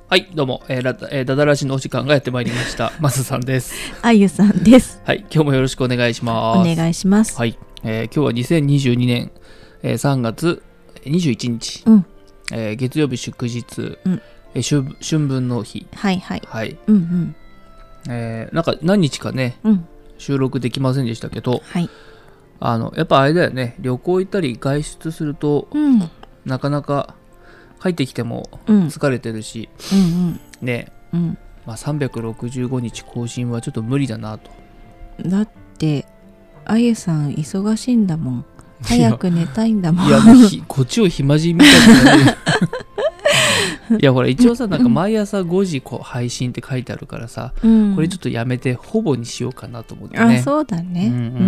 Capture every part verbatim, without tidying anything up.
はい、どうも、えー、ラえー、ダダラジのお時間がやってまいりました。マスさんです。 あゆさんです。 はい、今日もよろしくお願いします。 お願いします。 はい、えー、今日はにせんにじゅうにねん、えー、さんがつにじゅういちにち、 うんえー、月曜日祝日、 うんえー、春, 春分の日。 はいはい。 はい。 うんうん。 えー、なんか何日かね、 うん、 収録できませんでしたけど、 はい。 あのやっぱあれだよね、旅行行ったり外出すると、 うん、 なかなか帰ってきてもうん疲れてるし、 うんね、 うんうんまあ、さんびゃくろくじゅうごにち更新はちょっと無理だなと。 だってあゆさん忙しいんだもん。早く寝たいんだもん。 いや、もうひこっちを暇人みたいな、ね、いやほら一応さ、なんか毎朝ごじこう配信って書いてあるからさ、うん、これちょっとやめてほぼにしようかなと思ってね。 あ、そうだね。うんうんうん、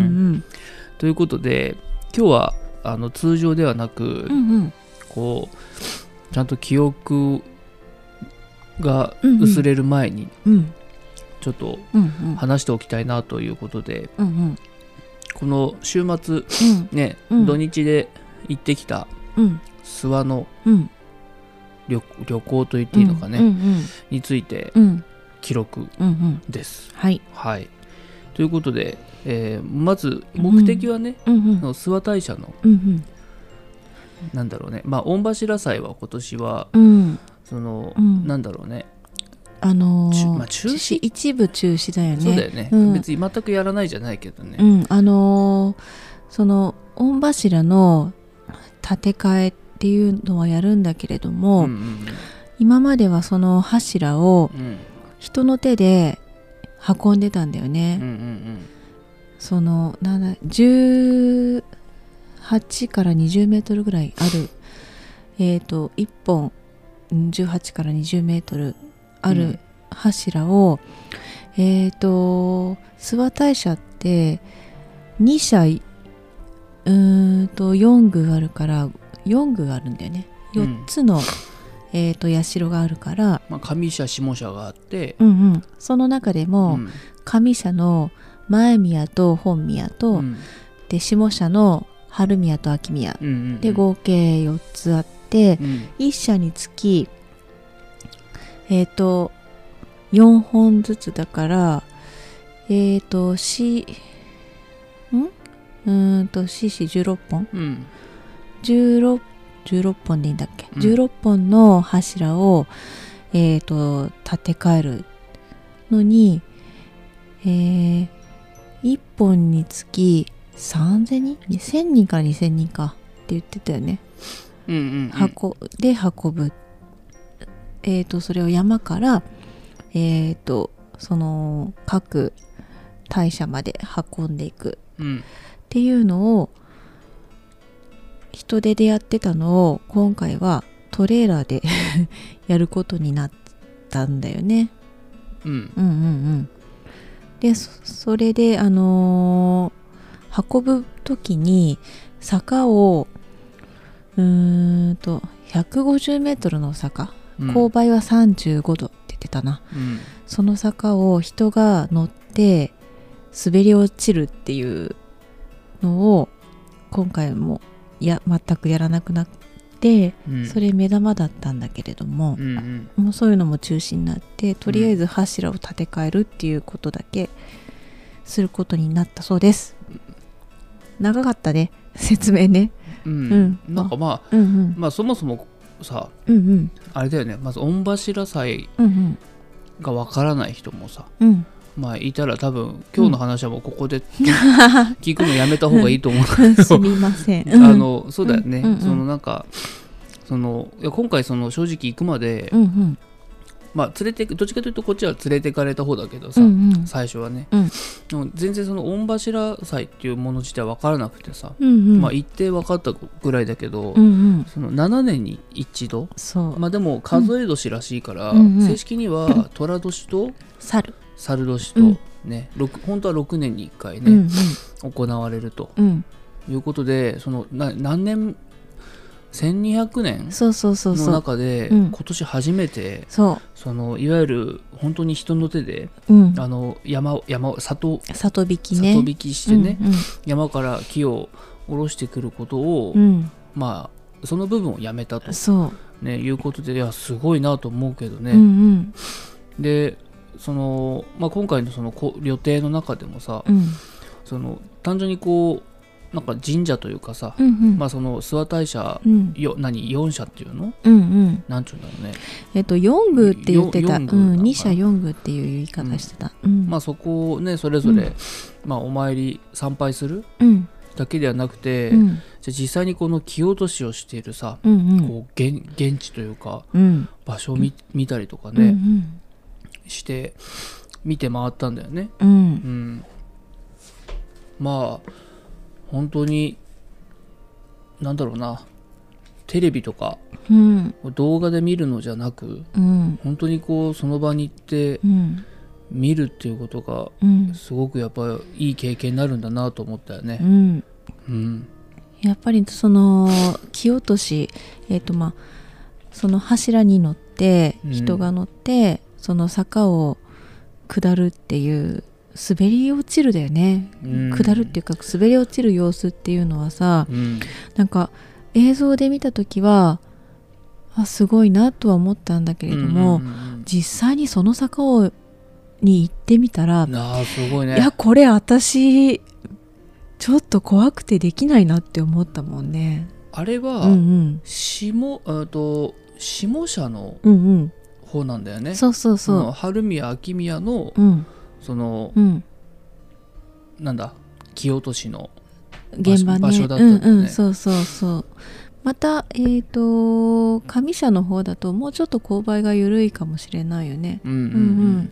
ということで今日はあの通常ではなく、うんうん、こうちゃんと記憶が薄れる前にちょっと話しておきたいなということで、うんうん、この週末、うんねうん、土日で行ってきた諏訪の 旅, 旅行と言っていいのかね、うんうんうん、について記録です、 うんうんはいはい、ということで、えー、まず目的はね、うんうん、諏訪大社の、うんうん、なんだろうね、まあ御柱祭は今年は、うんそのうん、なんだろうね、 あのーまあ、中止一部中止だよね。 そうだよね、うん、別に全くやらないじゃないけどね、 うん、あのー、その御柱の建て替えっていうのはやるんだけれども、うんうんうん、今まではその柱を人の手で運んでたんだよね、うんうんうん、そのなんだじゅうはちからにじゅうメートルぐらいある、えーといっぽんじゅうはちからにじゅうメートルある柱を、うん、えーと諏訪大社ってにしゃうーんとよんぐあるからよんぐあるんだよね。よっつの、うんえーと社があるから、 まあ、上社下社があって、 うんうん、その中でも、うん、上社の前宮と本宮と、うん、で下社の春宮と秋宮、うんうんうん、で合計よっつあって、うん、いっ社につきえっ、ー、とよんほんずつだからえっ、ー、としんうーんとししじゅうろっぽん、うん、じゅうろくじゅうろっぽんでいいんだっけ、うん、じゅうろっぽんの柱を、えー、と建て替えるのに、えー、いっぽんにつきさんぜんにんせんにんからにせんにんかって言ってたよね、うんうんうん、箱で運ぶ、えー、とそれを山から、えー、とその各大社まで運んでいくっていうのを人手でやってたのを今回はトレーラーでやることになったんだよね、うん、うんうんうんで そ, それであのー、運ぶ時に坂をうーんとひゃくごじゅうメートルの坂、うん、勾配はさんじゅうごどって言ってたな、うん、その坂を人が乗って滑り落ちるっていうのを今回もいや全くやらなくなって、うん、それ目玉だったんだけれども、うんうん、もうそういうのも中止になってとりあえず柱を建て替えるっていうことだけすることになったそうです。長かったね説明ね、 うんうん、なんかまあ、うんうん、まあそもそもさ、うんうん、あれだよね、まず御柱祭がわからない人もさ、うんうんまあいたら多分今日の話はもうここで聞くのやめた方がいいと思うんだけどすみませんあのそうだよね、うんうん、そのなんかそのいや今回その正直行くまで、うんうん、まあ連れてどっちかというとこっちは連れてかれた方だけどさ、うんうん、最初はね、うん、全然その御柱祭っていうもの自体分からなくてさ、うんうん、まあ行って分かったぐらいだけど、うんうん、そのななねんに一度まあでも数え年らしいから、うんうん、正式には寅年と猿猿年とね、うん、本当はろくねんにいっかいね、うんうん、行われると、うん、いうことでそのな何年せんにひゃくねんの中で今年初めてそのいわゆる本当に人の手で、うん、あの山山里里引きね里引きしてね、うんうん、山から木を下ろしてくることを、うん、まあその部分をやめたとそう、 ね、いうことで、いやすごいなと思うけどね、 うんうん、 でその、まあ、今回のその旅程の中でもさ、 うん、その単純にこうなんか神社というかさ、 うんうん、 まあ、その諏訪大社、うん、よ何よん社っていうの、 うんうん、 なんちゅうんだろうね、 えっとよん宮って言ってた、うん、に社よん宮っていう言い方してた、 うんうん、まあそこをねそれぞれ、うん、まあ、お参り参拝する、うん、だけではなくて、うん、じゃあ実際にこの木落としをしているさ、うんうん、こう 現, 現地というか、うん、場所を 見, 見たりとかね、うんうん、して見て回ったんだよね、うんうん、まあ本当になんだろうな、テレビとか、うん、動画で見るのじゃなく、うん、本当にこうその場に行って見るっていうことが、うん、すごくやっぱりいい経験になるんだなと思ったよね、うんうん、やっぱりその木落とし、えーとまあ、その柱に乗って人が乗って、うん、その坂を下るっていう滑り落ちるだよね、うん、下るっていうか滑り落ちる様子っていうのはさ、うん、なんか映像で見た時はあすごいなとは思ったんだけれども、うんうんうん、実際にその坂をに行ってみたら、 あすごいね、 いやこれ私ちょっと怖くてできないなって思ったもんね。 あれは、うんうん、下, あと下社の方なんだよね、うんうん、 そうそうそう、 春宮秋宮の、 うんその、 うん、 なんだ木落としの現場、ね、 場所だったんだよね、 うんうん、そうそうそう。またえーと上社の方だともうちょっと勾配が緩いかもしれないよね、うんうんうんうん、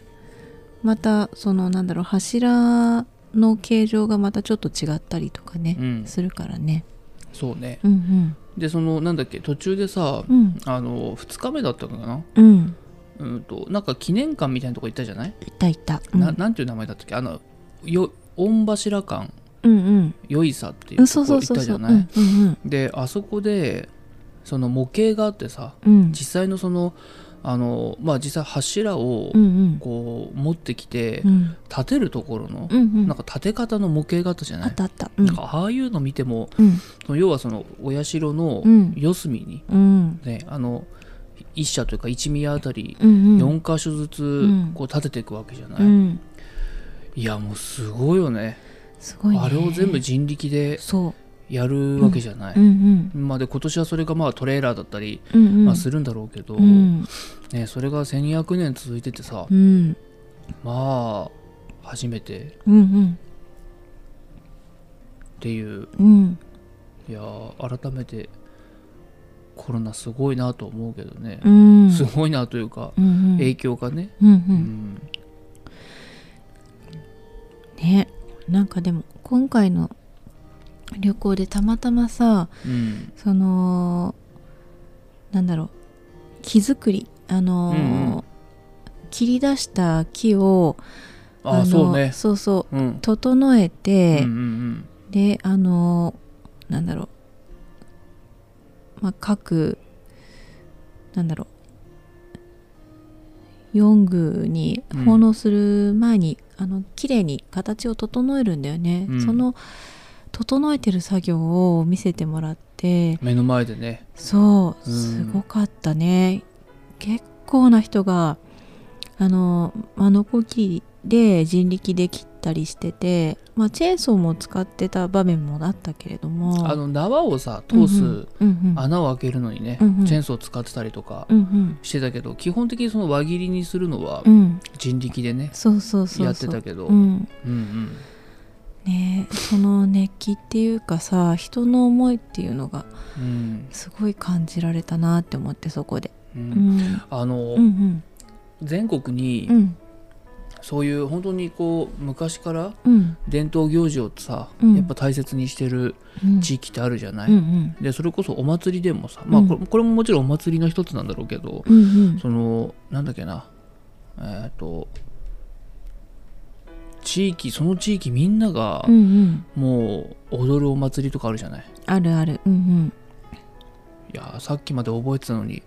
またそのなんだろう柱の形状がまたちょっと違ったりとかね、うん、するからね。 そうね、 うんうん、 でそのなんだっけ途中でさ、うん、あのふつかめだったのかな、 うんうんとなんか記念館みたいなとこ行ったじゃない？ 行った行った、 うん、な, なんていう名前だったっけ、あのよ御柱館、 うんうん、 よいさっていうとこ行ったじゃない？であそこでその模型があってさ、うん、実際のそのあのまあ実際柱をこう持ってきて立てるところの、うんうん、なんか立て方の模型があったじゃない？ あったあった、うん、 なんかああいうの見ても、うん、その要はそのお社の四隅に、 うんね、あの一社というか一宮あたりよん箇所ずつこう立てていくわけじゃない、うん、いやもうすごいよね、 すごいね、 あれを全部人力でやるわけじゃない、 うんうんうん、 まあ、で今年はそれがまあトレーラーだったり、 うんうんまあ、するんだろうけど、 うんね、それがせんにひゃくねん続いててさ、 うん、 まあ初めて、 うんうん、 っていう、 うん、 いや改めてコロナすごいなと思うけどね、 うん、 すごいなというか、 うんうん、 影響がね、 うんうんうんね、なんかでも今回の旅行でたまたまさ、うん、そのなんだろう木作りあの、うんうん、切り出した木をああそうねそうそう、うん、整えて、 うんうんうん、 であのなんだろう、まあ、各なんだろうよん宮に奉納する前に、うん、あの綺麗に形を整えるんだよね、うん、その整えてる作業を見せてもらって目の前でね、 そうすごかったね、うん、結構な人があのあのこ切りで人力で切ったりしてて、まあ、チェーンソーも使ってた場面もあったけれども、 あの縄をさ通す穴を開けるのにね、うんうん、チェーンソー使ってたりとかしてたけど、うんうん、基本的にその輪切りにするのは人力でね、うん、 そうそうそうそうやってたけど、 うんうんうんね、その熱気っていうかさ人の思いっていうのがすごい感じられたなって思って、そこで、 うんうん、あの、うんうん、全国に、うんそういう本当にこう昔から伝統行事をさ、うん、やっぱ大切にしてる地域ってあるじゃない、うんうん、でそれこそお祭りでもさ、まあ、これ、これももちろんお祭りの一つなんだろうけど、 うんうん、 そのなんだっけなえー、っと地域その地域みんながもう踊るお祭りとかあるじゃない、 あるある、うんうん、 いやさっきまで覚えてたのに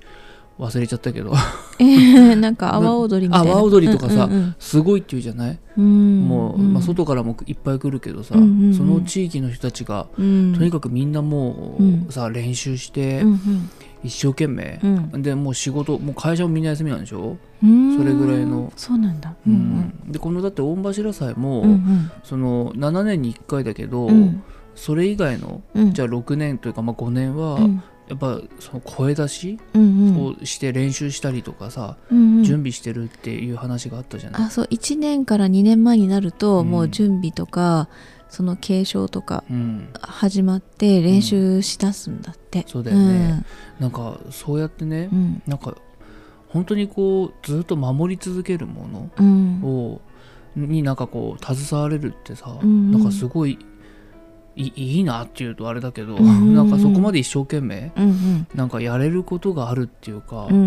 忘れちゃったけどえー、なんか阿波踊りみたいな、 阿波踊りとかさ、 うんうんうん、 すごいっていうじゃない、 うん、 もう、まあ、外からもいっぱい来るけどさ、うんうんうん、その地域の人たちが、うん、とにかくみんなもう、うん、さ練習して、うんうん、一生懸命、うん、でもう仕事もう会社もみんな休みなんでしょ、それぐらいの。 そうなんだ、うんうん、でこのだって御柱祭も、うんうん、そのななねんにいっかいだけど、うん、それ以外の、うん、じゃあろくねんというか、まあ、ごねんは、うん、やっぱその声出しをして練習したりとかさ、うんうん、準備してるっていう話があったじゃない。 あ、そう、いちねんからにねんまえになると、うん、もう準備とかその継承とか始まって練習しだすんだって、 うん、そうだよね、うん、なんかそうやってね、うん、なんか本当にこうずっと守り続けるものを、うん、になんかこう携われるってさ、うん、なんかすごいい い, いいなっていうとあれだけど、うんうんうん、なんかそこまで一生懸命、うんうん、なんかやれることがあるっていうか、うんうんうん、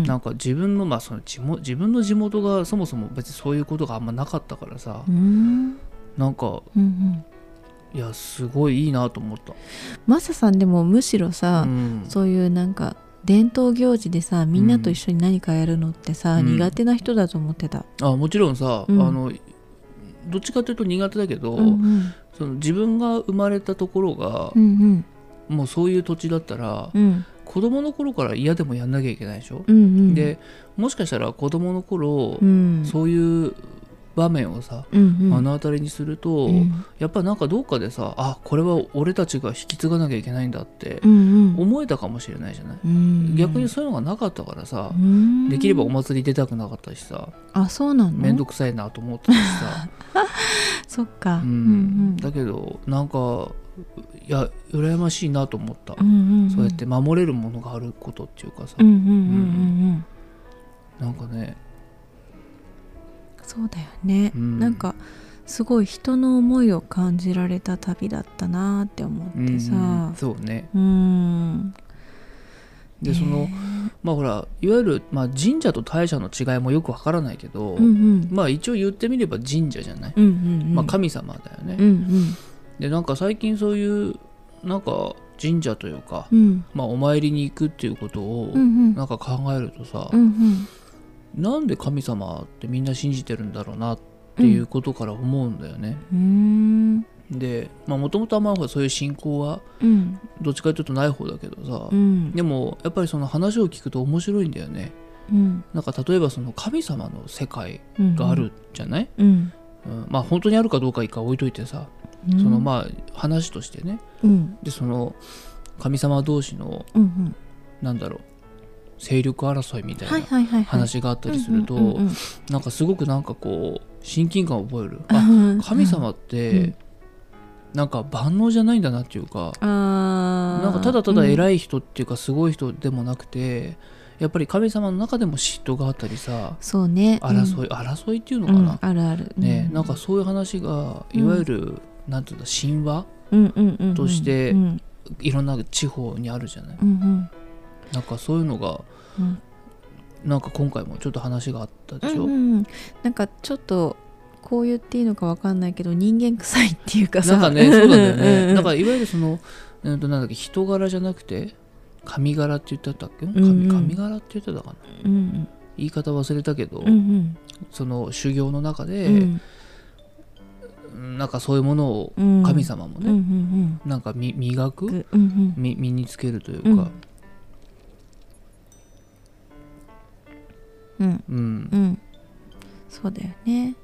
なんか自分の、まあ、その地元自分の地元がそもそも別にそういうことがあんまなかったからさ、うん、なんか、うんうん、いやすごいいいなと思った。 マサさんでもむしろさ、うん、そういうなんか伝統行事でさみんなと一緒に何かやるのってさ、うん、苦手な人だと思ってた。 あ、もちろんさ、うん、あのどっちかというと苦手だけど、うんうん、その自分が生まれたところが、うんうん、もうそういう土地だったら、うん、子供の頃から嫌でもやんなきゃいけないでしょ、うんうん、でもしかしたら子供の頃、うん、そういう場面をさ、うんうん、目の当たりにすると、うん、やっぱなんかどっかでさ、あ、これは俺たちが引き継がなきゃいけないんだって思えたかもしれないじゃない、うんうん、逆にそういうのがなかったからさ、うん、できればお祭り出たくなかったしさ、 あ、そうなの？ めんどくさいなと思ってたしさそっか、うんうん、 だけどなんかいや羨ましいなと思った、うんうんうん、そうやって守れるものがあることっていうかさ、うんうんうんうん、なんかね、 そうだよね、うん、なんかすごい人の思いを感じられた旅だったなって思ってさ、うんうん、 そうね、 うん、 でそのまあほらいわゆる、まあ、神社と大社の違いもよくわからないけど、うんうん、まあ一応言ってみれば神社じゃない、うんうんうん、まあ、神様だよね、うんうん、でなんか最近そういうなんか神社というか、うん、まあ、お参りに行くっていうことをなんか考えるとさ、うんうん、なんで神様ってみんな信じてるんだろうなっていうことから思うんだよね、うん、でもともとあんまそういう信仰はどっちかというとない方だけどさ、うん、でもやっぱりその話を聞くと面白いんだよね、うん、なんか例えばその神様の世界があるじゃない、うんうん、まあ本当にあるかどうかいいか置いといてさ、うん、そのまあ話としてね、うん、でその神様同士の、うんうん、なんだろう勢力争いみたいな話があったりするとなんかすごくなんかこう親近感を覚える、あ、神様ってなんか万能じゃないんだなっていうか、うん、なんかただただ偉い人っていうかすごい人でもなくて、やっぱり神様の中でも嫉妬があったりさ、 そうね、 争い、うん、争いっていうのかな、うん、 あるある、 ね、なんかそういう話がいわゆる、うん、なんていうんだ神話としていろんな地方にあるじゃない、うんうん、なんかそういうのが、うん、なんか今回もちょっと話があったでしょ、うんうん、 なんかちょっとこう言っていいのか分かんないけど人間臭いっていうかさ、 なんかね、そうなんだよねなんかいわゆるその、なんだっけ、人柄じゃなくて神柄って言ってたっけ、うんうん、神, 神柄って言ってたかな、うんうん、言い方忘れたけど、うんうん、その修行の中で、うん、なんかそういうものを神様もね、うんうんうん、なんか磨く、うんうん、身につけるというか、うんうんうんうん、そうだよね。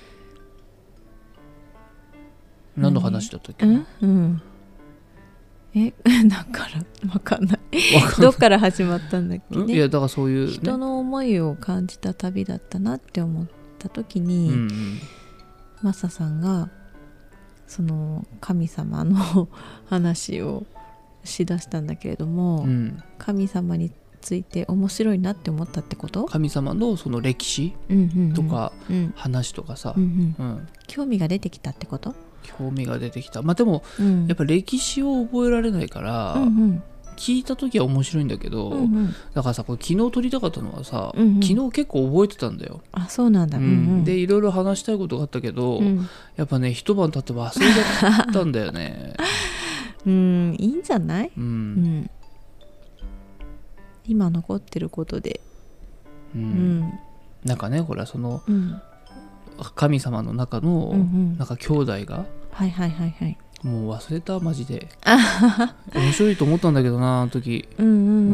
何の話だったっけな、うんうん、 えだから分かんないどっから始まったんだっけね。 いやだからそういう、ね、 人の思いを感じた旅だったなって思った時に、うんうん、マサさんがその神様の話をしだしたんだけれども、うん、神様について面白いなって思ったってこと？ 神様のその歴史とか話とかさ、 うんうんうん、興味が出てきたってこと？ 興味が出てきた。まあでも、うん、やっぱ歴史を覚えられないから、うんうん、聞いた時は面白いんだけど、うんうん、だからさこれ昨日撮りたかったのはさ、うんうん、昨日結構覚えてたんだよ。 あ、そうなんだ、うんうん、 でいろいろ話したいことがあったけど、うん、やっぱね一晩経って忘れちゃったんだよねうん、いいんじゃない、うんうん、 今残ってることで、 うん、うん、なんかねほらその、うん、神様の中の、うんうん、なんか兄弟が、 はいはいはいはい、 もう忘れたマジで面白いと思ったんだけどなあの時。 うんうんうん、うん、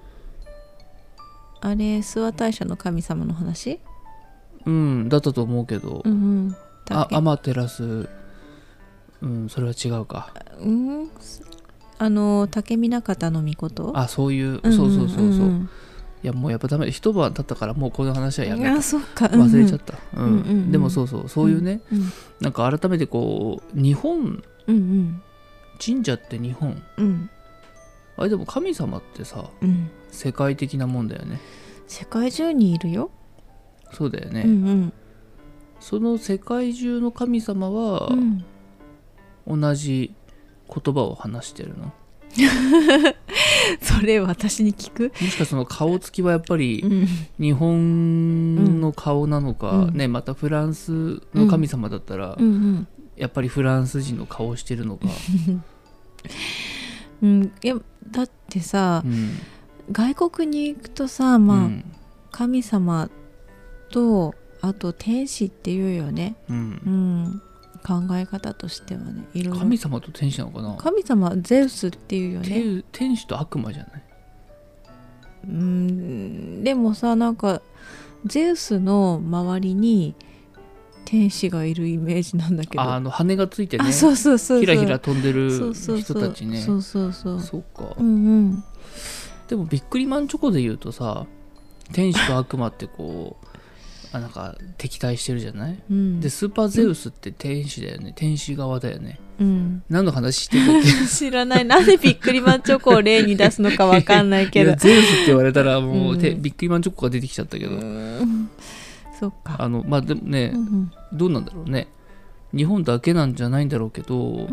あれ諏訪大社の神様の話、 うんだったと思うけど、うんうん、あアマテラス、うん、それは違うか、 うん、あの竹見中田の御事、 あそういう、うんうんうんうん、そうそうそうそう、いやもうやっぱダメ、一晩経ったからもうこの話はやめた、 あそうか、 うんうん、忘れちゃった、うんうんうん、でもそうそうそういうね、 うんうん、 なんか改めてこう日本、うんうん、神社って日本、うん、あれでも神様ってさ、うん、世界的なもんだよね。 世界中にいるよ。 そうだよね、 うんうん、 その世界中の神様は、うん、同じ言葉を話してるのそれ私に聞く？ もしかその顔つきはやっぱり日本の顔なのか、うん、ね、またフランスの神様だったら、うんうんうん、やっぱりフランス人の顔をしてるのかうん、いやだってさ、うん、外国に行くとさ、まあ、うん、神様とあと天使っていうよね、うんうん考え方としてはね、いろいろ。 神様と天使なのかな。 神様ゼウスっていうよね。 天使と悪魔じゃない？ うーんでもさ、なんかゼウスの周りに天使がいるイメージなんだけど、 ああの羽がついてね、 あそうそうそうそう、 ひらひら飛んでる人たちね。 そうそうそうそうか、 うんうん、 でもビックリマンチョコで言うとさ、天使と悪魔ってこうあなんか敵対してるじゃない、うん、でスーパーゼウスって天使だよね、うん、天使側だよね、うん、何の話してるっけ知らない。なんでビックリマンチョコを例に出すのか分かんないけどいやゼウスって言われたらもう、うん、ビックリマンチョコが出てきちゃったけど、うん、 そっか、 あのまあでもね、うんうん、どうなんだろうね、日本だけなんじゃないんだろうけど、うんうん、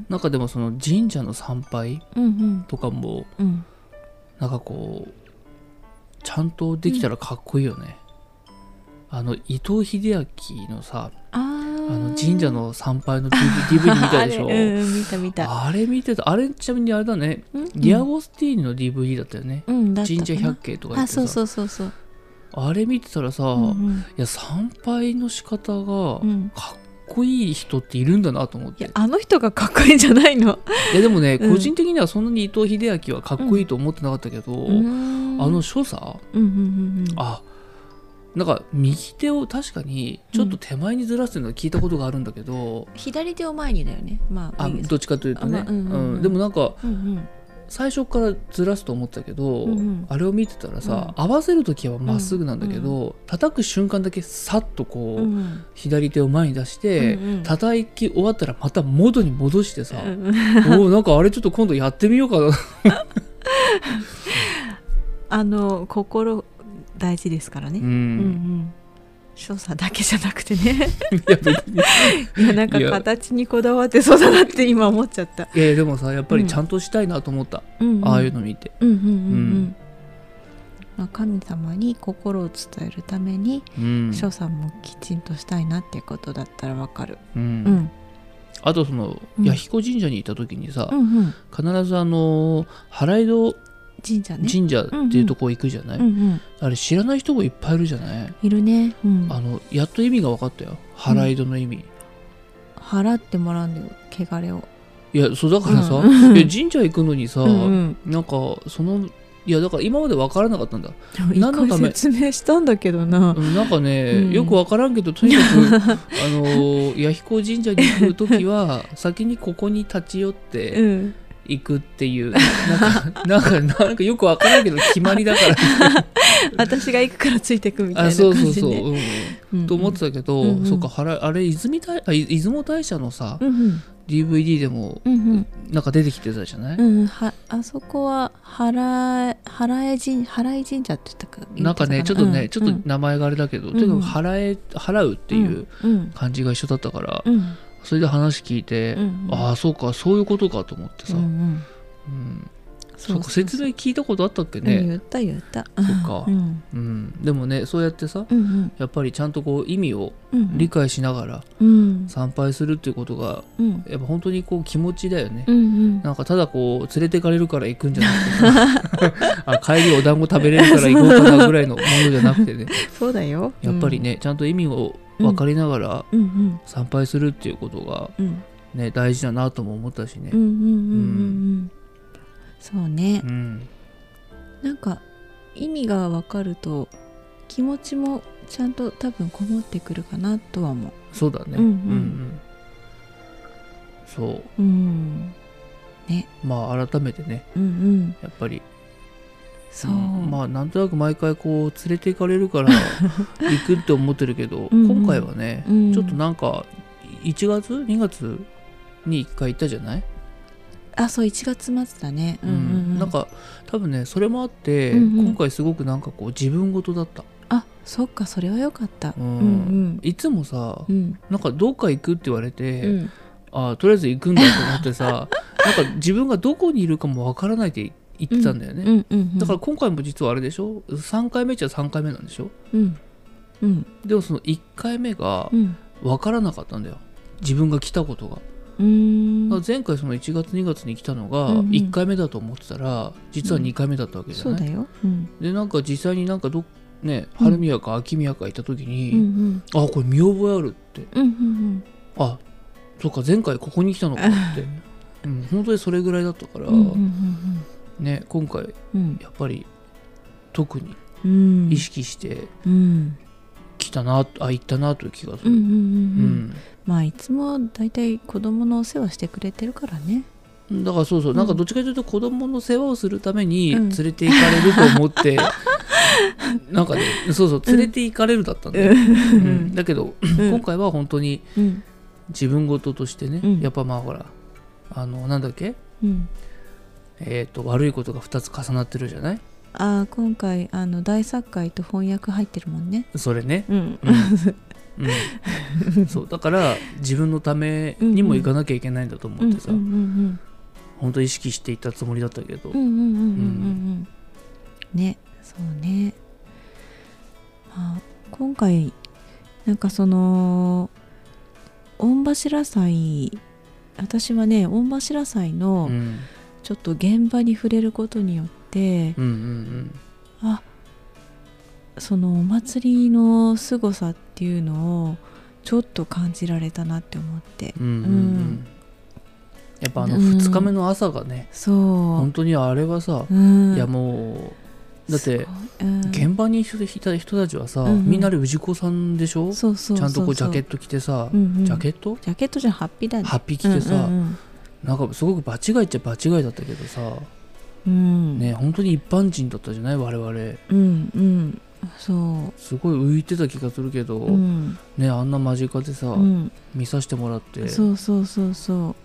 なんかでもその神社の参拝とかも、うんうん、なんかこうちゃんとできたらかっこいいよね、うん、あの伊藤英明のさ、あの神社の参拝の ディーブイディー 見たでしょあれ、うん、見た見た、 あれ見てた。あれちなみにあれだね、うん、ディアゴスティーニの ディーブイディー だったよね、うん、神社百景とか言ってさ、 あそうそうそうそう、 あれ見てたらさ、うんうん、いや参拝の仕方がかっこいい人っているんだなと思って、 いやあの人がかっこいいんじゃないのいやでもね、うん、個人的にはそんなに伊藤英明はかっこいいと思ってなかったけど、うん、あの所作、うんうんうんうん、あなんか右手を確かにちょっと手前にずらすのを聞いたことがあるんだけど、 うん、左手を前にだよね、まあ、 あどっちかというとね、まあうんうんうん、でもなんか、うんうん、最初からずらすと思ったけど、うんうん、あれを見てたらさ、うん、合わせるときはまっすぐなんだけど、うんうん、叩く瞬間だけさっとこう、うん、左手を前に出して、うんうん、叩き終わったらまた元に戻してさ、うん、おなんかあれちょっと今度やってみようかなあの心大事ですからね、うんうんうん、所作だけじゃなくてねいや別にいやなんか形にこだわってそうだなって今思っちゃった。 いやでもさやっぱりちゃんとしたいなと思った、うん、ああいうの見て、うんうんうんうんまあ、神様に心を伝えるために、うん、所作もきちんとしたいなってことだったらわかる、うんうん、 あとその弥彦神社にいた時にさ、うんうん、必ずあの払い戸神社ね、 神社っていうとこ行くじゃない、うんうん、あれ知らない人もいっぱいいるじゃない。 いるね、うん、 あのやっと意味が分かったよ、払い戸の意味、うん、 払ってもらうんだよ汚れを。 いやそうだからさ、うん、いや神社行くのにさ、うんうん、なんかそのいやだから今まで分からなかったんだ。 何のため説明したんだけどな。 なんかね、うん、よく分からんけどとにかくあの弥彦神社に行く時は先にここに立ち寄って、うん行くっていうなんかなんかなんかよくわからんけど決まりだから私が行くからついてくみたいな感じで、あそうそうそう、うんうんうん、と思ってたけど、うんうん、そうかあれ泉大あ出雲大社のさ、うんうん、ディーブイディー でも、うんうん、なんか出てきてたじゃない、うん、 はあそこは原江神原江神社って言ったかなんかねちょっとね、うん、ちょっと名前があれだけど、うん、とにかく払え払うっていう感じが一緒だったから、うんうんそれで話聞いて、うんうん、ああそうかそういうことかと思ってさ、うんうんうん、 そうか、説明聞いたことあったっけね。 うん、言った言った。 そうか、うんうん、でもねそうやってさ、うんうん、やっぱりちゃんとこう意味を理解しながら参拝するっていうことが、うん、やっぱ本当にこう気持ちだよね、うんうん、なんかただこう連れてかれるから行くんじゃなくてあ帰りお団子食べれるから行こうかなぐらいのものじゃなくてねそうだよ、 やっぱりねちゃんと意味を分かりながら参拝するっていうことが、ね、大事だなとも思ったしね。うんうんうんうん、うんそうね、うん、なんか意味が分かると気持ちもちゃんと多分こもってくるかなとは思う。 そうだね、うんうんうん、そう、うんね、まあ改めてね、うんうん、やっぱりそう、うん、まあなんとなく毎回こう連れて行かれるから行くって思ってるけどうん、うん、今回はね、うん、ちょっとなんかいちがつにがつにいっかい行ったじゃない。 あ、そういちがつ末だね、うんうんうん、 なんか多分ねそれもあって、うんうん、今回すごくなんかこう自分事だった。 あ、そっか、それはよかった、うんうんうん、 いつもさ、うん、なんかどっか行くって言われて、うん、あとりあえず行くんだと思ってさなんか自分がどこにいるかもわからないって言ってたんだよね、うんうんうんうん、だから今回も実はあれでしょ、さんかいめっちゃさんかいめなんでしょ、うんうん、でもそのいっかいめがわからなかったんだよ、自分が来たことが。うーん、前回そのいちがつにがつに来たのがいっかいめだと思ってたら、うん、実はにかいめだったわけじゃない、うん、そうだよ、うん、でなんか実際になんかどね春宮か秋宮か行った時に、うんうん、あこれ見覚えあるって、うんうんうん、あそうか前回ここに来たのかって、うん、本当にそれぐらいだったから、うんうんうんうん、ね今回、うん、やっぱり特に意識して来たな、あ行ったなという気がする、うんうんうんうん、 まあいつもだいたい子供のお世話してくれてるからね。 だからそうそう、なんかどっちかというと子供の世話をするために連れて行かれると思って、うん、なんかねそうそう連れて行かれるだったんだよ、うんうん、だけど、うん、今回は本当に自分事としてね、うん、やっぱまあほらあのなんだっけ、うん、えっと悪いことがふたつ重なってるじゃない。 あ今回あの大作会と翻訳入ってるもんね。 それね、うんうん、そうだから自分のためにも行かなきゃいけないんだと思ってさ、うんうんうんうん、本当意識していったつもりだったけど、うんうんうんうんうん、 ね、そうね、まあ、今回なんかその御柱祭、私はね御柱祭のちょっと現場に触れることによって、うんうんうん、あそのお祭りの凄さっていうのをちょっと感じられたなって思って、うんうんうん、 やっぱあのふつかめの朝がね、うん、そう本当にあれはさ、うん、いやもうだって、うん、現場にいた人たちはさ、うんうん、みんなで氏子さんでしょ、そうそうそうそう、ちゃんとこうジャケット着てさ、うんうん、ジャケットジャケットじゃハッピーだね、 ハッピー着てさ、うんうんうん、なんかすごく場違いっちゃ場違いだったけどさ、うんね、本当に一般人だったじゃない我々、うんうん、そうすごい浮いてた気がするけど、うんね、あんな間近でさ、うん、見させてもらって、 そうそうそうそう、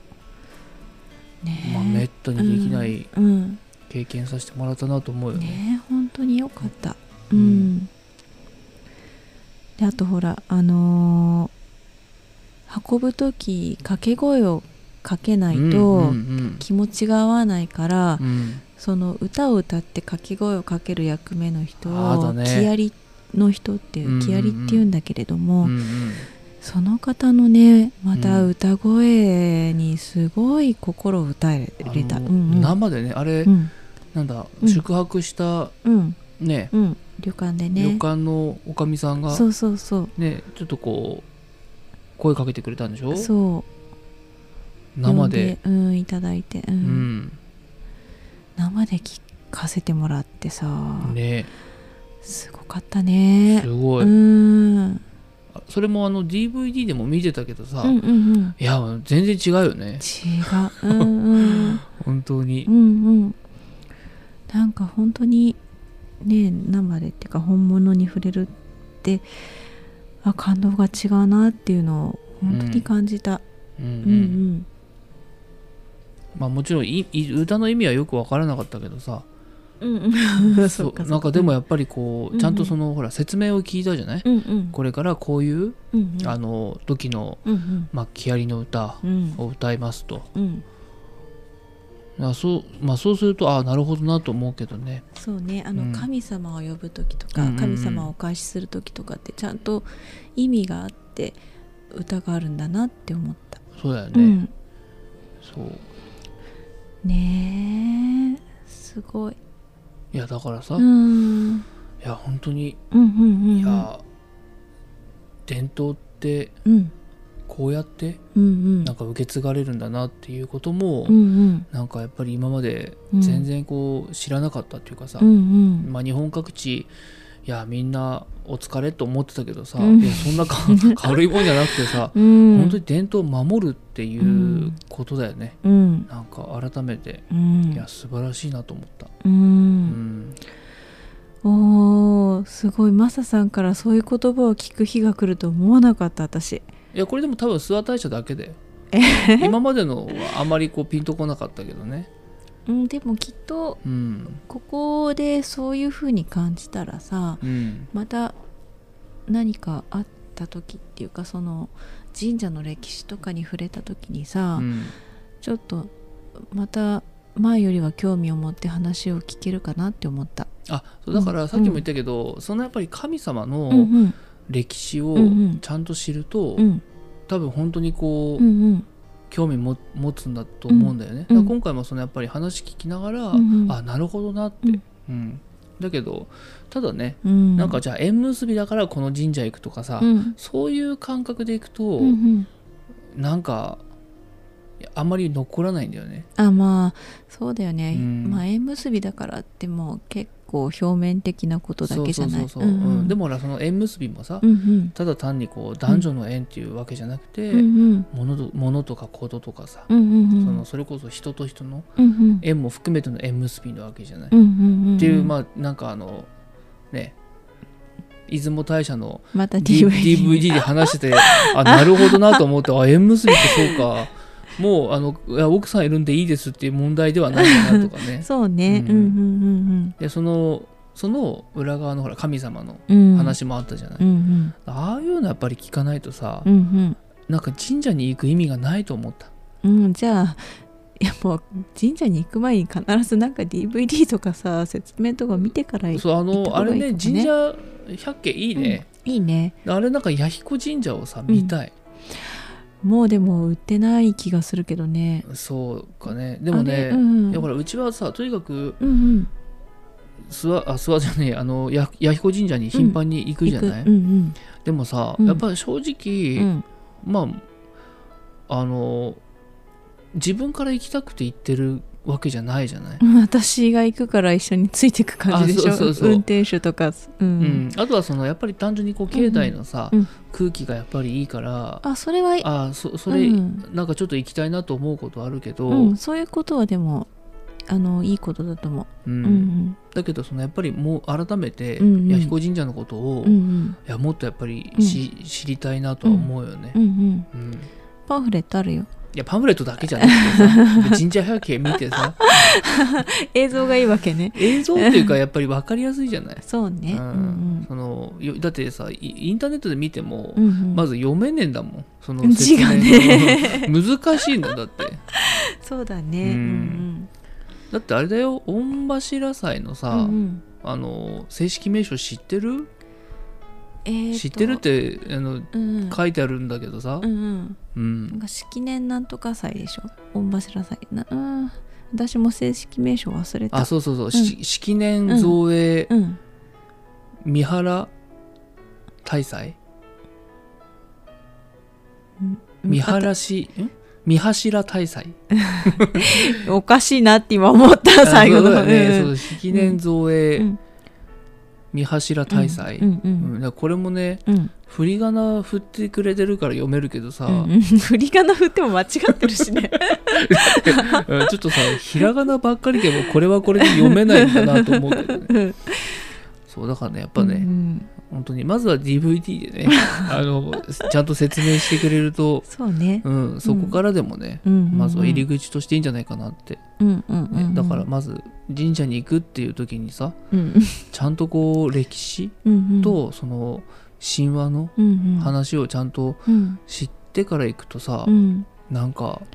ね、 まあ、めったにできない経験させてもらったなと思うよね、 ね、本当によかった、うんうん、であとほらあのー、運ぶとき掛け声をかけないと気持ちが合わないから、うんうんうん、その歌を歌って掛け声をかける役目の人を、ね、木遣りの人っていう、うんうん、木遣りっていうんだけれども、うんうん、その方のねまた歌声にすごい心を打たれた、うんうん、 生でねあれ、うん、なんだ、うん、宿泊した、うんねうん、 旅館でね旅館のおかみさんがそうそうそう、 ね、ちょっとこう声かけてくれたんでしょ。 そう生で、 うん、いただいて、うんうん、生で聞かせてもらってさ、ね、すごかったね。 すごい、うん、それもあの ディーブイディー でも見てたけどさ、うんうんうん、いや全然違うよね。 違う、うんうん、 本当に、 うんうん、なんか本当にね生でっていうか本物に触れるってあ感動が違うなっていうのを本当に感じた、うんうんうんうんまあ、もちろんいい歌の意味はよく分からなかったけどさ、うん、そうなんかでもやっぱりこう、うん、ちゃんとそのほら説明を聞いたじゃない、うんうん、これからこういう、うんうん、あの時の、うんうんまあ、木遣りの歌を歌いますと、うん、 あそうまあ、そうするとあなるほどなと思うけどね。 そうね、あの、うん、神様を呼ぶ時とか、 うんうんうん、 神様をお返しする時とかってちゃんと意味があって歌があるんだなって思った。 そうだよね、うん、そうねえすごい。 いやだからさ、 うん、 いや本当に、 うんうんうんうん、 いや伝統ってこうやってなんか受け継がれるんだなっていうことも、うんうん、なんかやっぱり今まで全然こう知らなかったっていうかさ、うんうん、まあ、日本各地いやみんなお疲れと思ってたけどさ、うん、いやそんな軽いもんじゃなくてさ、うん、本当に伝統を守るっていうことだよね、うん、なんか改めて、うん、いや素晴らしいなと思った、うんうん、おーすごい。マサさんからそういう言葉を聞く日が来ると思わなかった私。 いやこれでも多分諏訪大社だけで今までのはあまりこうピンとこなかったけどね、 うん、でもきっと、うん、ここでそういう風に感じたらさ、うん、また何かあった時っていうかその神社の歴史とかに触れた時にさ、うん、ちょっとまた前よりは興味を持って話を聞けるかなって思った。 あそうだからさっきも言ったけど、うん、そのやっぱり神様の歴史をちゃんと知ると、うんうん、多分本当にこう、うんうん、興味も持つんだと思うんだよね、うん、だから今回もそのやっぱり話聞きながら、うんうん、あなるほどなって、うんうん、だけどただね、うん、なんかじゃあ縁結びだからこの神社行くとかさ、うん、そういう感覚で行くと、うんうん、なんかあんまり残らないんだよね。 あまあそうだよね、うん、まあ縁結びだからってもう結構表面的なことだけじゃない。 でもその縁結びもさ、うんうん、ただ単にこう男女の縁っていうわけじゃなくて、うんうん、物と、物とかこととかさ、うんうんうん、そのそれこそ人と人の縁も含めての縁結びなわけじゃない、うんうんうんうん、っていうまあなんかあのね出雲大社のまた ディーブイディー, ディーブイディー で話しててあなるほどなと思ってあ縁結びってそうかもうあのいや奥さんいるんでいいですっていう問題ではないかなとかねそうね、うんうんうんうん、 でそのその裏側のほら神様の話もあったじゃない、うんうん、ああいうのやっぱり聞かないとさ、うんうん、なんか神社に行く意味がないと思った、 うん、じゃあいやもう神社に行く前に必ずなんか ディーブイディー とかさ説明とか見てから行った方がいいかもね。そうあのあれね神社百景いいね、 うん、いいね。 あれなんか弥彦神社をさ見たい、 うん、もうでも売ってない気がするけどね。 そうかね。でもね、うん、いやほらうちはさとにかく、うんうん、諏訪あ諏訪じゃねえあの弥彦神社に頻繁に行くじゃない、うんうんうん、でもさ、うん、やっぱり正直、うん、まああの自分から行きたくて行ってるわけじゃないじゃない。 私が行くから一緒についていく感じでしょ。そうそうそう運転手とか、うんうん、 あとはそのやっぱり単純にこう境内のさ、うんうん、空気がやっぱりいいからあそれはあ そ, それ、うん、なんかちょっと行きたいなと思うことあるけど、うん、そういうことはでもあのいいことだと思う、うんうん、 だけどそのやっぱりもう改めて弥彦神社のことを、うんうん、いやもっとやっぱりし、うん、知りたいなとは思うよね、うんうんうん、 パンフレットあるよ。 いやパンフレットだけじゃなくてさ神社百景見てさ映像がいいわけね。 映像っていうかやっぱり分かりやすいじゃない。 そうね、うんうん、 そのだってさインターネットで見ても、うんうん、まず読めねえんだもんその説明がね難しいんだだってそうだね、うんうん、 だってあれだよ御柱祭のさ、うんうん、あの正式名称知ってる？えー、知ってるってあの、うん、書いてあるんだけどさ、うんうんうん、なんか式年なんとか祭でしょ御柱祭な、うん、私も正式名称忘れた。 あそうそうそう、うん、式年造営、うん、三原大祭、うん、三原市ん三柱大祭おかしいなって今思った最後の、 ねうん、そう式年造営、うん三柱大祭、うんうんうん、だこれもね、うん、振り仮名振ってくれてるから読めるけどさ、うんうん、 振り仮名振っても間違ってるしねちょっとさひらがなばっかりでもこれはこれで読めないんだなと思うけどね、うん、そうだからねやっぱね、うんうん本当にまずは ディーブイディー でねあのちゃんと説明してくれるとそうね、 うん、そこからでもね、うん、まずは入り口としていいんじゃないかなって、うんうんうんうんね、だからまず神社に行くっていう時にさ、うん、ちゃんとこう歴史とその神話の話をちゃんと知ってから行くとさ、うん、なんか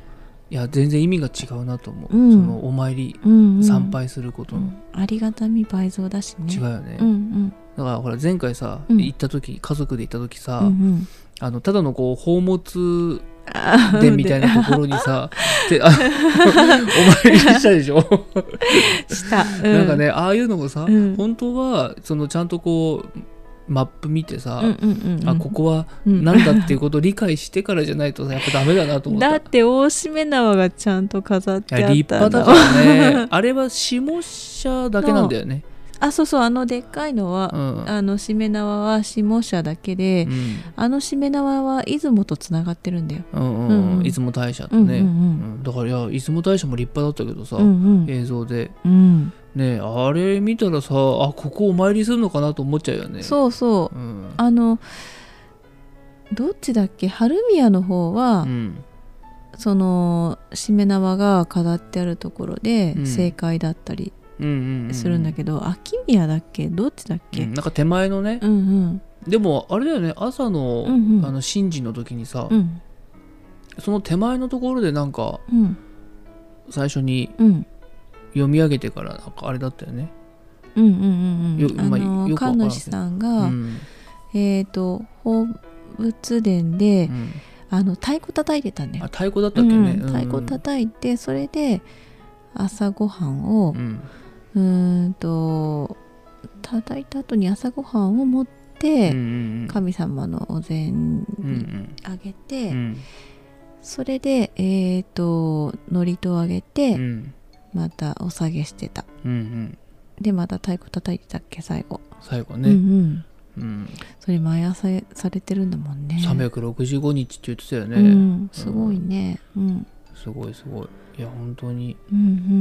いや全然意味が違うなと思う、うん、そのお参り、うんうん、参拝することの、うん、 ありがたみ倍増だしね。 違うよね、 うんうん、 だからほら前回さ、うん、行った時家族で行った時さ、うんうん、あのただのこう宝物殿みたいなところにさであお参りしたでしょした、 うん、なんかねああいうのもさ、うん、本当はそのちゃんとこうマップ見てさ、うんうんうんうん、あここはなんだっていうことを理解してからじゃないとやっぱダメだなと思った。 だって大しめ縄がちゃんと飾ってあったんだ。 立派だからねあれは下社だけなんだよね。 あそうそう、あのでっかいのは、うん、あのしめ縄は下社だけで、うん、あのしめ縄は出雲とつながってるんだよ、 うんうんうん、出雲大社とね、うんうんうん、だからいや出雲大社も立派だったけどさ、うんうん、映像で、うんね、あれ見たらさあここお参りするのかなと思っちゃうよね。 そうそう、うん、あのどっちだっけ春宮の方は、うん、そのしめ縄が飾ってあるところで正解だったりするんだけど、うんうんうんうん、秋宮だっけどっちだっけ、 うん、なんか手前のね、うんうん、でもあれだよね朝の、うんうん、あの神事の時にさ、うん、その手前のところでなんか、うん、最初に、うん読み上げてからなんかあれだったよね。 うんうんうんうん。あの神主さんが、うん、えっ、ー、と宝物殿で、うん、あの太鼓叩いてたんだよ。 あ太鼓だったっけね。うんうん、太鼓叩いてそれで朝ごはんを、うん、うーんと叩いた後に朝ごはんを持って、うんうんうん、神様のお膳にあげて、うんうん、それでえっ、ー、と祝詞をあげて。うんまたお下げしてた、うんうん、でまた太鼓叩いてたっけ最後最後ね、うんうんうん、それ毎朝されてるんだもんね。 さんびゃくろくじゅうごにちって言ってたよね、 うん、すごいね、うん、 すごいすごい。いや本当に、うんうん、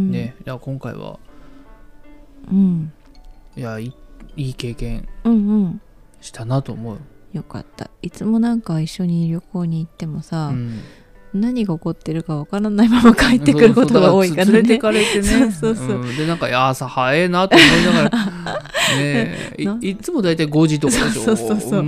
ねいや今回は、うん、いや い, いい経験したなと思う、うんうん、 よかった。いつもなんか一緒に旅行に行ってもさ、うん何が起こってるかわからないまま帰ってくることが多いからね。 連れてかれてねそうそうそう、うん、でなんかいや朝早いなと思いながらねえ い, いつもだいたいごじとかでしょ。そうそうそう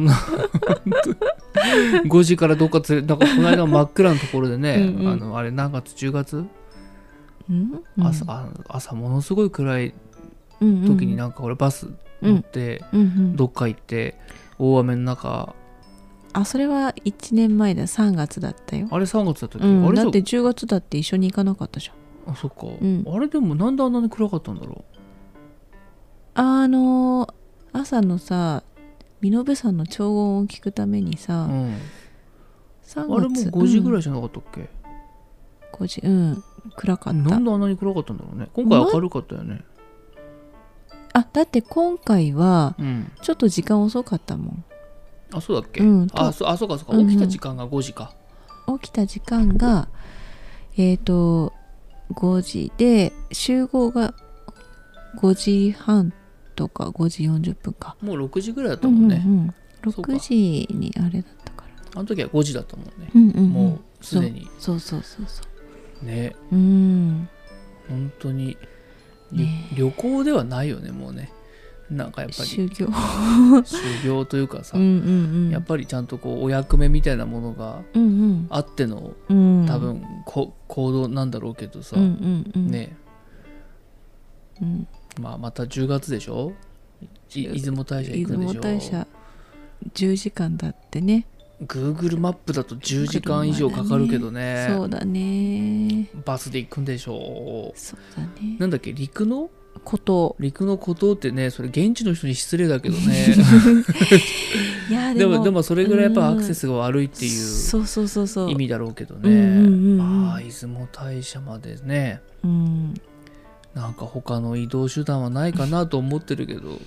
ごじからどっかつれなんかこの間真っ暗なところでねうん、うん、あのあれ何月じゅうがつ、うん、朝, あ朝ものすごい暗い時になんか俺バス乗って、うんうん、どっか行って大雨の中あそれはいちねんまえださんがつだったよ。 あれさんがつだったっけ、 うん、 あれだってじゅうがつだって一緒に行かなかったじゃん。あそっか、うん、あれでもなんであんなに暗かったんだろう。 あの朝のさ身延山の調音を聞くためにさ、うん、さんがつあれもごじぐらいじゃなかったっけ、うん、 ごじうん暗かった。 なんであんなに暗かったんだろうね。今回明るかったよね、 ま、あだって今回はちょっと時間遅かったもん。 あそうだっけ、うん、あ, そあそうかそうか、うんうん、起きた時間がごじか。 起きた時間がえっ、ー、とごじで集合がごじはんとかごじよんじゅっぷんか。 もうろくじぐらいだったもんね、うんうん、 ろくじにあれだったから。 あの時はごじだったもんね、うんうんうん、もうすでに。 そうそうそうそうねうん本当に、ね、旅行ではないよねもうね。なんかやっぱり修行修行というかさ、うんうんうん、やっぱりちゃんとこうお役目みたいなものがあっての、うんうん、多分こ行動なんだろうけどさ、うんうんうん、ね、うん、まあまたじゅうがつでしょ。出雲大社行くんでしょ。 出雲大社じゅうじかんだってね。 Google マップだとじゅうじかん以上かかるけどね。 そうだね。 バスで行くんでしょ。 そうだね。 なんだっけ陸の孤島陸の孤島ってねそれ現地の人に失礼だけどねいやでもでもでもそれぐらいやっぱアクセスが悪いっていう意味だろうけどね。ああ出雲大社までね、うん、なんか他の移動手段はないかなと思ってるけど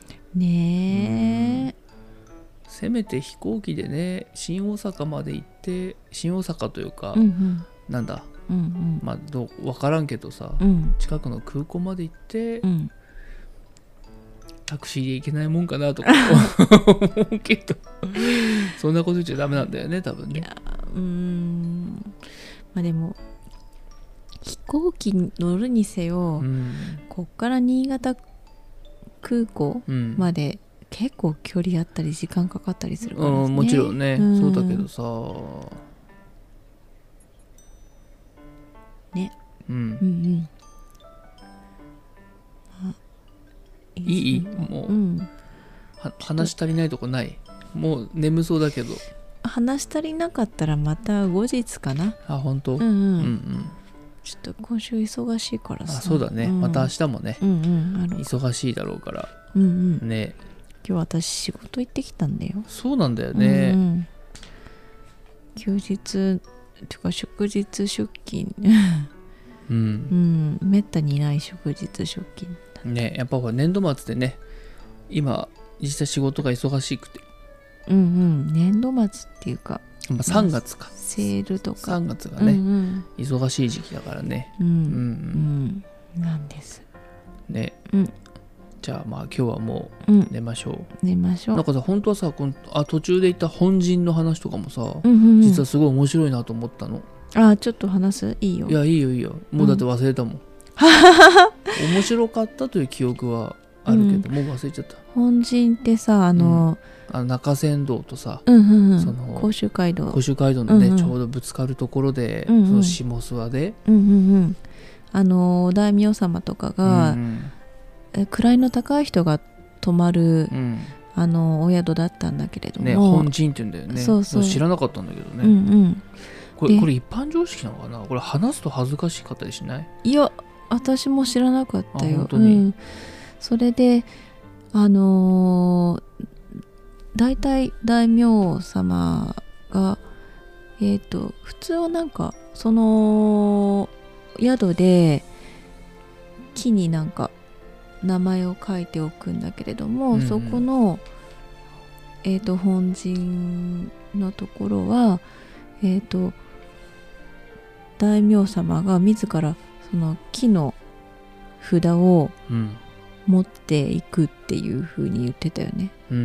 ねえ、 うん、せめて飛行機でね新大阪まで行って新大阪というか、うんうん、なんだうんうん、まあどう分からんけどさ、うん、近くの空港まで行って、うん、タクシーで行けないもんかなとか思うけどそんなこと言っちゃダメなんだよね多分ね。いやうーんまあでも飛行機に乗るにせよ、うん、こっから新潟空港まで結構距離あったり時間かかったりするからですね、 うん、もちろんね、うん、そうだけどさね、 うん、 うんうんいいもう、うん、は話足りないとこない？もう眠そうだけど。 話足りなかったらまた後日かな。 あ、本当？ うんうん、うんうん、ちょっと今週忙しいからさ。 あ、そうだね、うん、また明日もね、 うんうん、ある忙しいだろうから、 うんうん、 ね。 今日私仕事行ってきたんだよ。 そうなんだよね、うんうん、 休日っていうか祝日出勤うん、 うん、めったにない祝日出勤だね。やっぱ年度末でね、今実際仕事が忙しくて、 うんうん、年度末っていうか、 まあ、さんがつか、 セールとかさんがつがね、うんうん、忙しい時期だからね、 うんうんうん、なんですね、 うん、 じゃあまあ今日はもう寝ましょう、うん、 寝ましょう。 なんかさ、本当はさ、このあ途中で言った本陣の話とかもさ、 うんうんうん、 実はすごい面白いなと思ったの。 あ、ちょっと話す？いいよ。 いや、いいよいいよ、もうだって忘れたもん、うん、面白かったという記憶はあるけど、うん、もう忘れちゃった。 本陣ってさ、あの、 うん、あの中山道とさ、 うんうんうん、 その甲州街道甲州街道のね、うんうん、ちょうどぶつかるところで、うんうん、その下諏訪で、 うんうんうん、あの大名様とかが、うんうん、位の高い人が泊まる、うん、あのお宿だったんだけれども、 ね、本陣って言うんだよね。そうそう、知らなかったんだけどね、うんうん、これ、これ一般常識なのかな。これ話すと恥ずかしかったりしない？ いや、私も知らなかったよ。 本当に、うん、 それであのー、大体大名様がえっと普通はなんかその宿で木になんか名前を書いておくんだけれども、うんうん、そこのえっと本陣のところはえっと大名様が自らその木の札を持っていくっていう風に言ってたよね。 うん、うん、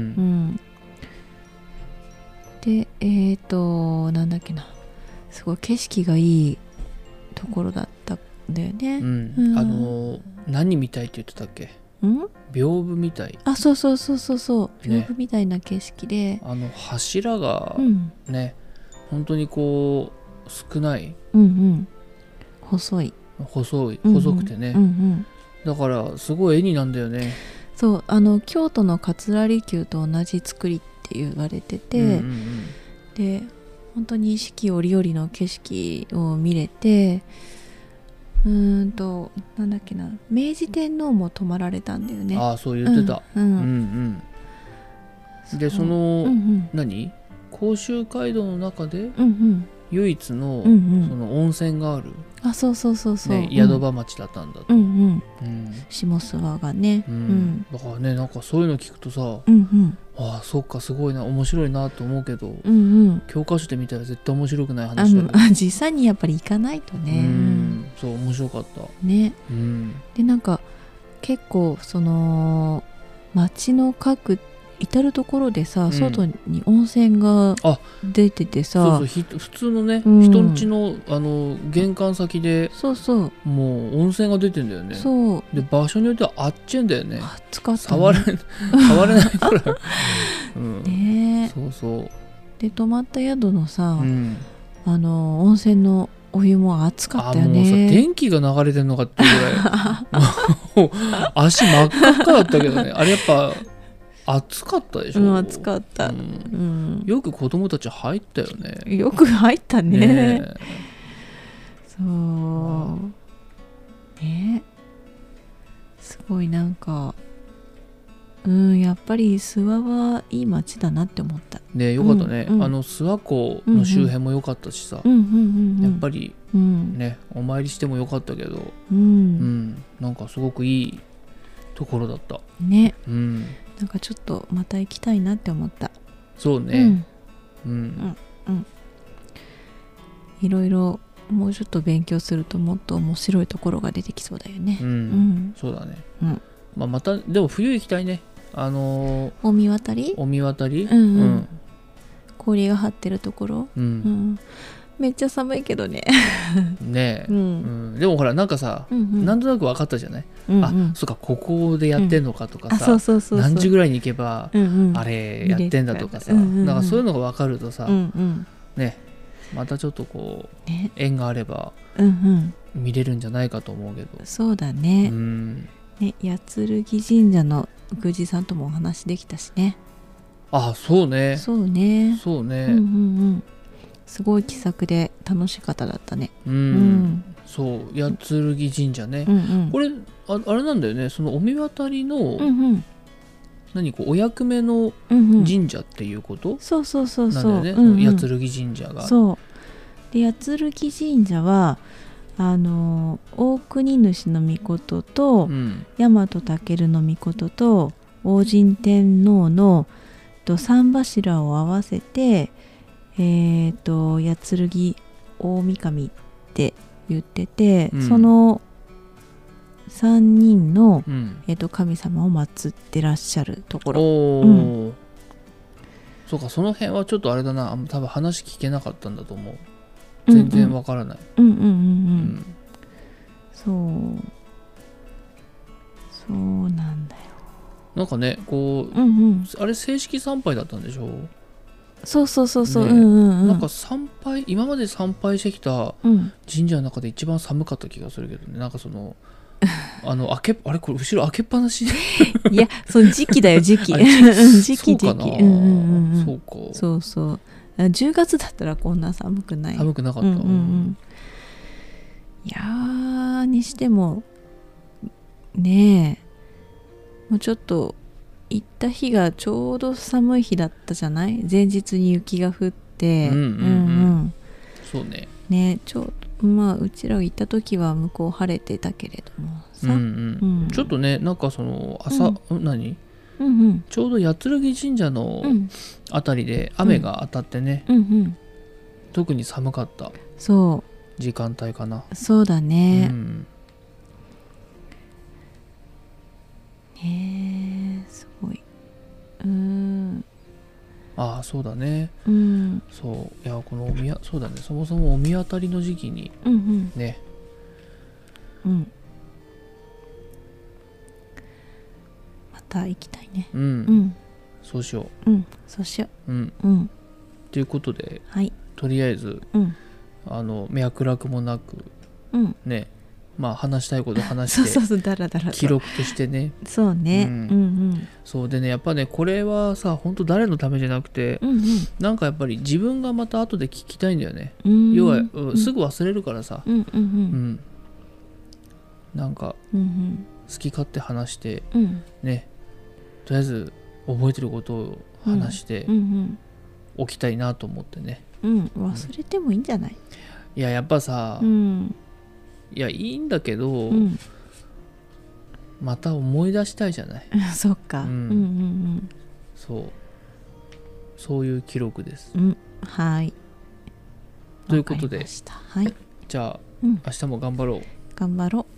でえっとなんだっけな、すごい景色がいいところだったんだよね。 うんうん、あの何みたいって言ってたっけ？ ん？ 屏風みたい。 あ、そうそうそうそうそう、屏風みたいな景色で、 ね、あの柱がね、うん、本当にこう少ない、 うんうん、細い細い細くてね、うんうん、だからすごい絵になんだよね。 そう、あの京都の桂離宮と同じ作りって言われてて、うんうんうん、で本当に四季折々の景色を見れて、うーんとなんだっけな、明治天皇も泊まられたんだよね。 ああ、そう言ってた、うんうんうんうん、でその、うんうん、何甲州街道の中で、うんうん、唯一の、うんうん、その温泉がある、 あ、そうそうそうそう、 ね、宿場町だったんだと、 うんうんうん、下諏訪がね、 うんうん、だからね、なんかそういうの聞くとさ、うんうん、ああ、そっか、すごいな、面白いなと思うけど、うんうん、教科書で見たら絶対面白くない話だよ。 あ、実際にやっぱり行かないとね、うん、 そう、面白かったね、 うん、 でなんか結構その町の各至る所でさ、うん、外に温泉が出ててさ、 そうそう、普通のね、うん、人んちの、あの玄関先で、 そうそう、 もう温泉が出てんだよね。 そうで、場所によってはあっちんだよね。 暑かった、ね、 触れ触れないくらい、うん、 ね、 そうそう。 で泊まった宿のさ、うん、あの温泉のお湯も暑かったよね。 あ、もうさ、電気が流れてんのかっていうぐらいもう足真っ赤っかだったけどね。あれやっぱ暑かったでしょ。 うん、暑かった、うんうん、 よく子供たち入ったよね。 よく入った ね, ねそうね、すごいなんか、うん、やっぱり諏訪はいい街だなって思ったね。よかったね、うんうん、あの諏訪湖の周辺も良かったしさ、うんうん、やっぱり、うん、ね、お参りしても良かったけど、うんうん、なんかすごくいいところだったね、 うん、 なんかちょっとまた行きたいなって思った。 そうね、うんうんうんうん、いろいろもうちょっと勉強するともっと面白いところが出てきそうだよね。 うんうん、そうだね、うんまあ、またでも冬行きたいね。あのー、 お見渡りお見渡り、 うんうんうん、氷が張ってるところ、 うんうん、 めっちゃ寒いけどねねえ、うんうん、でもほらなんかさ、うんうん、なんとなく分かったじゃない、うんうん、あ、そうか、ここでやってんのかとかさ、何時ぐらいに行けば、うんうん、あれやってんだとかさ、うんうん、なんかそういうのが分かるとさ、うんうん、ね、またちょっとこう、ね、縁があれば、うんうん、 見れるんじゃないかと思うけど。 そうだね。 うん、 ね、八剣神社の宮司さんともお話できたしね。 あ、そうね。 そうね。 そうね。 うんうんうん。すごい気さくで楽しかっただったね。 うん。うん、そう八剣神社ね。うんうん、これ あ, あれなんだよね。その御神渡りの、うんうん、何こうお役目の神社っていうこと、うんうん、 そうそうそうそう。 なんだよね。うんうん、八剣神社が。 そう。で八剣神社はあの大国主の命と、うん、大和尊の命と王神天皇の三柱を合わせて、えー、と八剣大神って言ってて、うん、そのさんにんの、うん、えー、と神様を祀ってらっしゃるところ。お、うん、 そうか、その辺はちょっとあれだな、多分話聞けなかったんだと思う。全然わからない。うんうんうんうん、うん、 そうそうなんだよ。 なんかね、こう、うんうん、あれ正式参拝だったんでしょ。 そうそうそうそう、ね、うんうんうん、 なんか参拝、今まで参拝してきた神社の中で一番寒かった気がするけどね。なんかそのあの開けあれこれ後ろ開けっぱなしいや、その時期だよ時期時期時期、うんうんうん、 そうか、 そうそうじゅうがつだったらこんな寒くない。 寒くなかった、うんうんうん、 いやーにしてもねえ、もうちょっと行った日がちょうど寒い日だったじゃない。前日に雪が降って、うんうんうんうん、 そうね。 ね、ちょうどまあうちらが行った時は向こう晴れてたけれどもさ、うんうんうん、 ちょっとね、なんかその朝、うん、何、うんうん、ちょうど八剣神社のあたりで雨が当たってね、うんうんうん、特に寒かった時間帯かな。 そうだね、うん、へえ、すごい。うーん。 ああ、そうだね。うん。そう。いや、このおみや、そうだね。そもそもお見当たりの時期に、うんうん、ね。うん。 また行きたいね。 うん。うん、そうしよう。うん。そうしよう。うん。うん。 ということで、 はい、 とりあえず、うん、あの脈絡もなく、うん、ね。まあ話したいこと話してそうそうそう、だらだら記録としてね。 そうね、うん、うんうん、 そうでね、やっぱね、これはさ、本当誰のためじゃなくて、うんうん、なんかやっぱり自分がまた後で聞きたいんだよね。要は、うん、すぐ忘れるからさ、うんうんうんうん、なんか、うんうん、好き勝手話して、うん、ね、とりあえず覚えてることを話しておきたいなと思ってね、 うんうん、忘れてもいいんじゃない？ いや、やっぱさ、うん、いや、いいんだけど、うん、また思い出したいじゃない。 そっか、うん、うんうんうん、 そうそういう記録です、 うん、はい。 ということで、 はい、 じゃあ、うん、明日も頑張ろう。 頑張ろう。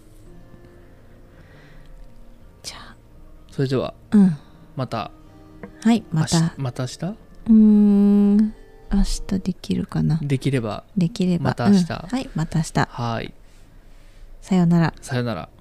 じゃあそれでは、うん、また、 はいまたまた明日、うーん、明日できるかな。 できればできればまた明日、うん、 はい、また明日。 はい、 さよなら。 さよなら。